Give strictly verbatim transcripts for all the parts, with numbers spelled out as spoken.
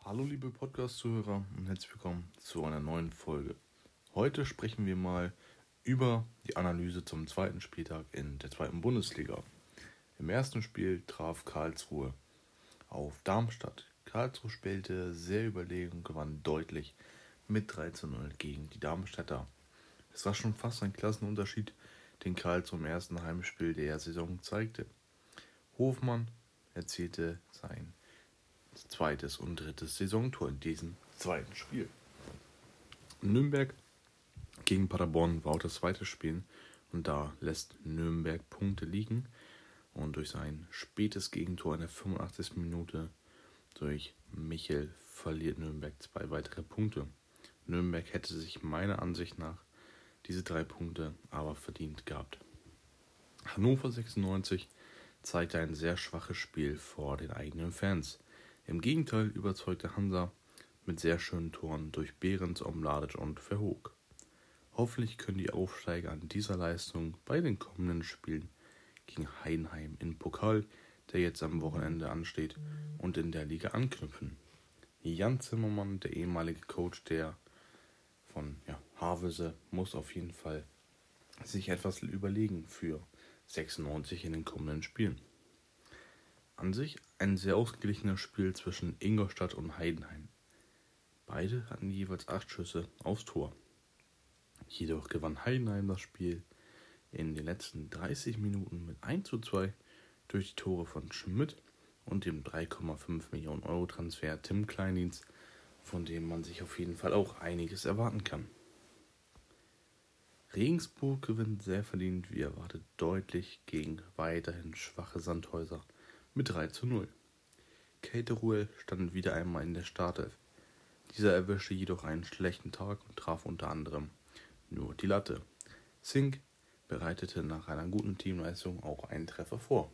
Hallo liebe Podcast-Zuhörer und herzlich willkommen zu einer neuen Folge. Heute sprechen wir mal über die Analyse zum zweiten Spieltag in der zweiten Bundesliga. Im ersten Spiel traf Karlsruhe auf Darmstadt. Karlsruhe spielte sehr überlegen und gewann deutlich mit drei zu null gegen die Darmstädter. Es war schon fast ein Klassenunterschied, den Karlsruhe im ersten Heimspiel der Saison zeigte. Hofmann erzielte sein zweites und drittes Saisontor in diesem zweiten Spiel. Nürnberg gegen Paderborn war auch das zweite Spiel und da lässt Nürnberg Punkte liegen und durch sein spätes Gegentor in der fünfundachtzigsten Minute durch Michel verliert Nürnberg zwei weitere Punkte. Nürnberg hätte sich meiner Ansicht nach diese drei Punkte aber verdient gehabt. Hannover sechsundneunzig zeigte ein sehr schwaches Spiel vor den eigenen Fans. Im Gegenteil überzeugte Hansa mit sehr schönen Toren durch Behrens, Omladic und Verhoek. Hoffentlich können die Aufsteiger an dieser Leistung bei den kommenden Spielen gegen Heidenheim im Pokal, der jetzt am Wochenende ansteht, und in der Liga anknüpfen. Jan Zimmermann, der ehemalige Coach der von ja, Havelse, muss auf jeden Fall sich etwas überlegen für sechsundneunzig in den kommenden Spielen. An sich ein sehr ausgeglichenes Spiel zwischen Ingolstadt und Heidenheim. Beide hatten jeweils acht Schüsse aufs Tor. Jedoch gewann Heidenheim das Spiel in den letzten dreißig Minuten mit eins zu zwei durch die Tore von Schmidt und dem drei Komma fünf Millionen Euro Transfer Tim Kleindienst, von dem man sich auf jeden Fall auch einiges erwarten kann. Regensburg gewinnt sehr verdient, wie erwartet, deutlich gegen weiterhin schwache Sandhäuser mit drei zu null. Cateruel stand wieder einmal in der Startelf. Dieser erwischte jedoch einen schlechten Tag und traf unter anderem nur die Latte. Zink bereitete nach einer guten Teamleistung auch einen Treffer vor.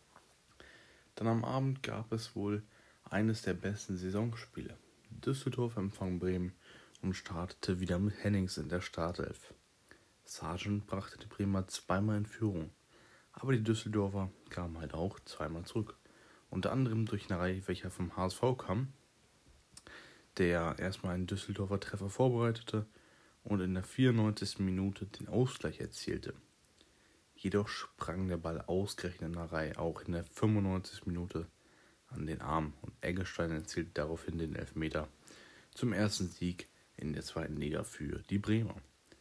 Dann am Abend gab es wohl eines der besten Saisonspiele. Düsseldorf empfang Bremen und startete wieder mit Hennings in der Startelf. Sargent brachte die Bremer zweimal in Führung, aber die Düsseldorfer kamen halt auch zweimal zurück. Unter anderem durch Narei, welcher vom H S V kam, der erstmal einen Düsseldorfer Treffer vorbereitete und in der vierundneunzigsten Minute den Ausgleich erzielte. Jedoch sprang der Ball ausgerechnet Narei auch in der fünfundneunzigsten Minute an den Arm und Eggestein erzielte daraufhin den Elfmeter zum ersten Sieg in der zweiten Liga für die Bremer.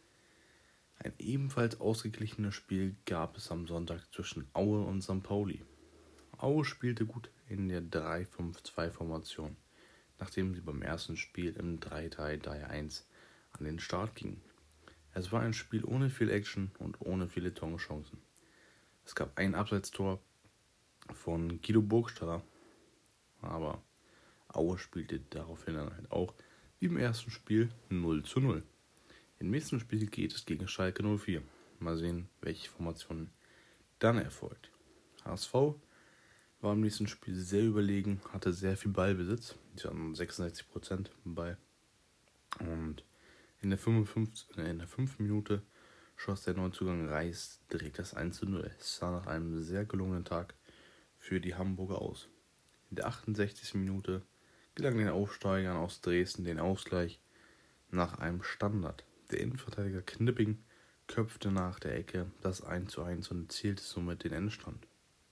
Ein ebenfalls ausgeglichenes Spiel gab es am Sonntag zwischen Aue und Sankt Pauli. Aue spielte gut in der drei fünf zwei Formation, nachdem sie beim ersten Spiel im drei drei drei eins an den Start gingen. Es war ein Spiel ohne viel Action und ohne viele Torchancen. Es gab ein Abseitstor von Guido Burgstaller, aber Aue spielte daraufhin dann halt auch wie im ersten Spiel null zu null. Im nächsten Spiel geht es gegen Schalke null vier. Mal sehen, welche Formation dann erfolgt. H S V war im nächsten Spiel sehr überlegen, hatte sehr viel Ballbesitz. Sie hatten sechsundsechzig Prozent Ball. Und in der fünfundfünfzigsten in der fünften Minute schoss der Neuzugang Reis direkt das eins zu null. Es sah nach einem sehr gelungenen Tag für die Hamburger aus. In der achtundsechzigsten Minute gelang den Aufsteigern aus Dresden den Ausgleich nach einem Standard. Der Innenverteidiger Knipping köpfte nach der Ecke das eins zu eins und erzielte somit den Endstand.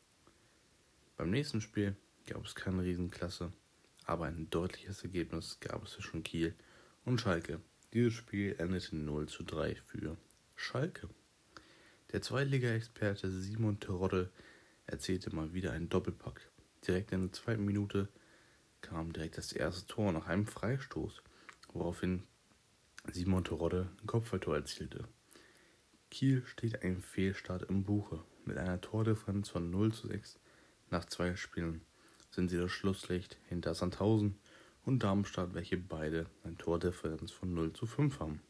Beim nächsten Spiel gab es keine Riesenklasse, aber ein deutliches Ergebnis gab es zwischen Kiel und Schalke. Dieses Spiel endete null zu drei für Schalke. Der Zweitliga-Experte Simon Terodde erzielte mal wieder einen Doppelpack. Direkt in der zweiten Minute kam direkt das erste Tor nach einem Freistoß, woraufhin Simon Terodde ein Kopfballtor erzielte. Kiel steht ein Fehlstart im Buche. Mit einer Tordifferenz von null zu sechs nach zwei Spielen sind sie das Schlusslicht hinter Sandhausen und Darmstadt, welche beide eine Tordifferenz von null zu fünf haben.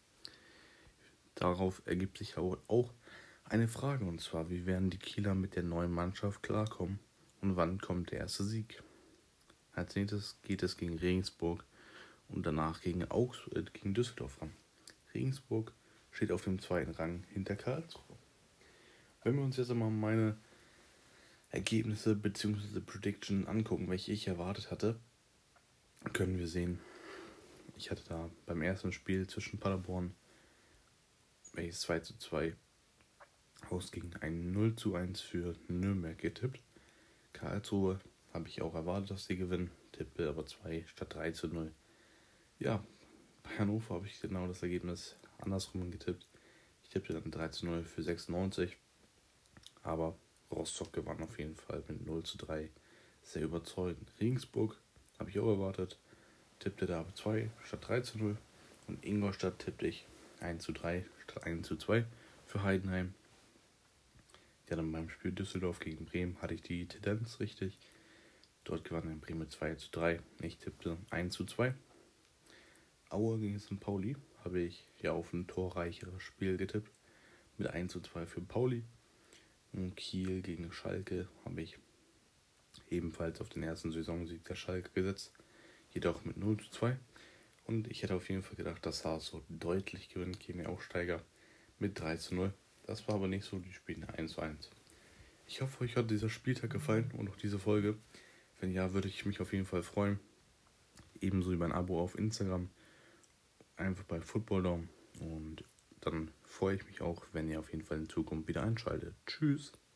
Darauf ergibt sich auch eine Frage, und zwar, wie werden die Kieler mit der neuen Mannschaft klarkommen und wann kommt der erste Sieg? Als nächstes geht es gegen Regensburg und danach gegen, Augs- äh, gegen Düsseldorf ran. Regensburg steht auf dem zweiten Rang hinter Karlsruhe. Wenn wir uns jetzt einmal meine Ergebnisse bzw. Prediction angucken, welche ich erwartet hatte, können wir sehen, ich hatte da beim ersten Spiel zwischen Paderborn, welches zwei zu zwei ausging, ein null zu eins für Nürnberg getippt. Karlsruhe habe ich auch erwartet, dass sie gewinnen, tippe aber zwei statt drei zu null. Ja, bei Hannover habe ich genau das Ergebnis andersrum getippt. Ich tippte dann drei zu null für sechsundneunzig, aber Rostock gewann auf jeden Fall mit null zu drei sehr überzeugend. Regensburg habe ich auch erwartet, tippte da aber zwei statt drei zu null und Ingolstadt tippte ich eins zu drei statt eins zu zwei für Heidenheim. Ja, dann beim Spiel Düsseldorf gegen Bremen hatte ich die Tendenz richtig. Dort gewann dann Bremen mit zwei zu drei. Ich tippte eins zu zwei. Aue gegen Sankt Pauli habe ich ja auf ein torreicheres Spiel getippt. Mit eins zu zwei für Pauli. Und Kiel gegen Schalke habe ich ebenfalls auf den ersten Saisonsieg der Schalke gesetzt. Jedoch mit null zu zwei. Und ich hätte auf jeden Fall gedacht, dass H S V deutlich gewinnt gegen den Aufsteiger mit drei zu null. Das war aber nicht so, die spielen eins zu eins. Ich hoffe, euch hat dieser Spieltag gefallen und auch diese Folge. Wenn ja, würde ich mich auf jeden Fall freuen. Ebenso über ein Abo auf Instagram. Einfach bei Footballdom. Und dann freue ich mich auch, wenn ihr auf jeden Fall in Zukunft wieder einschaltet. Tschüss.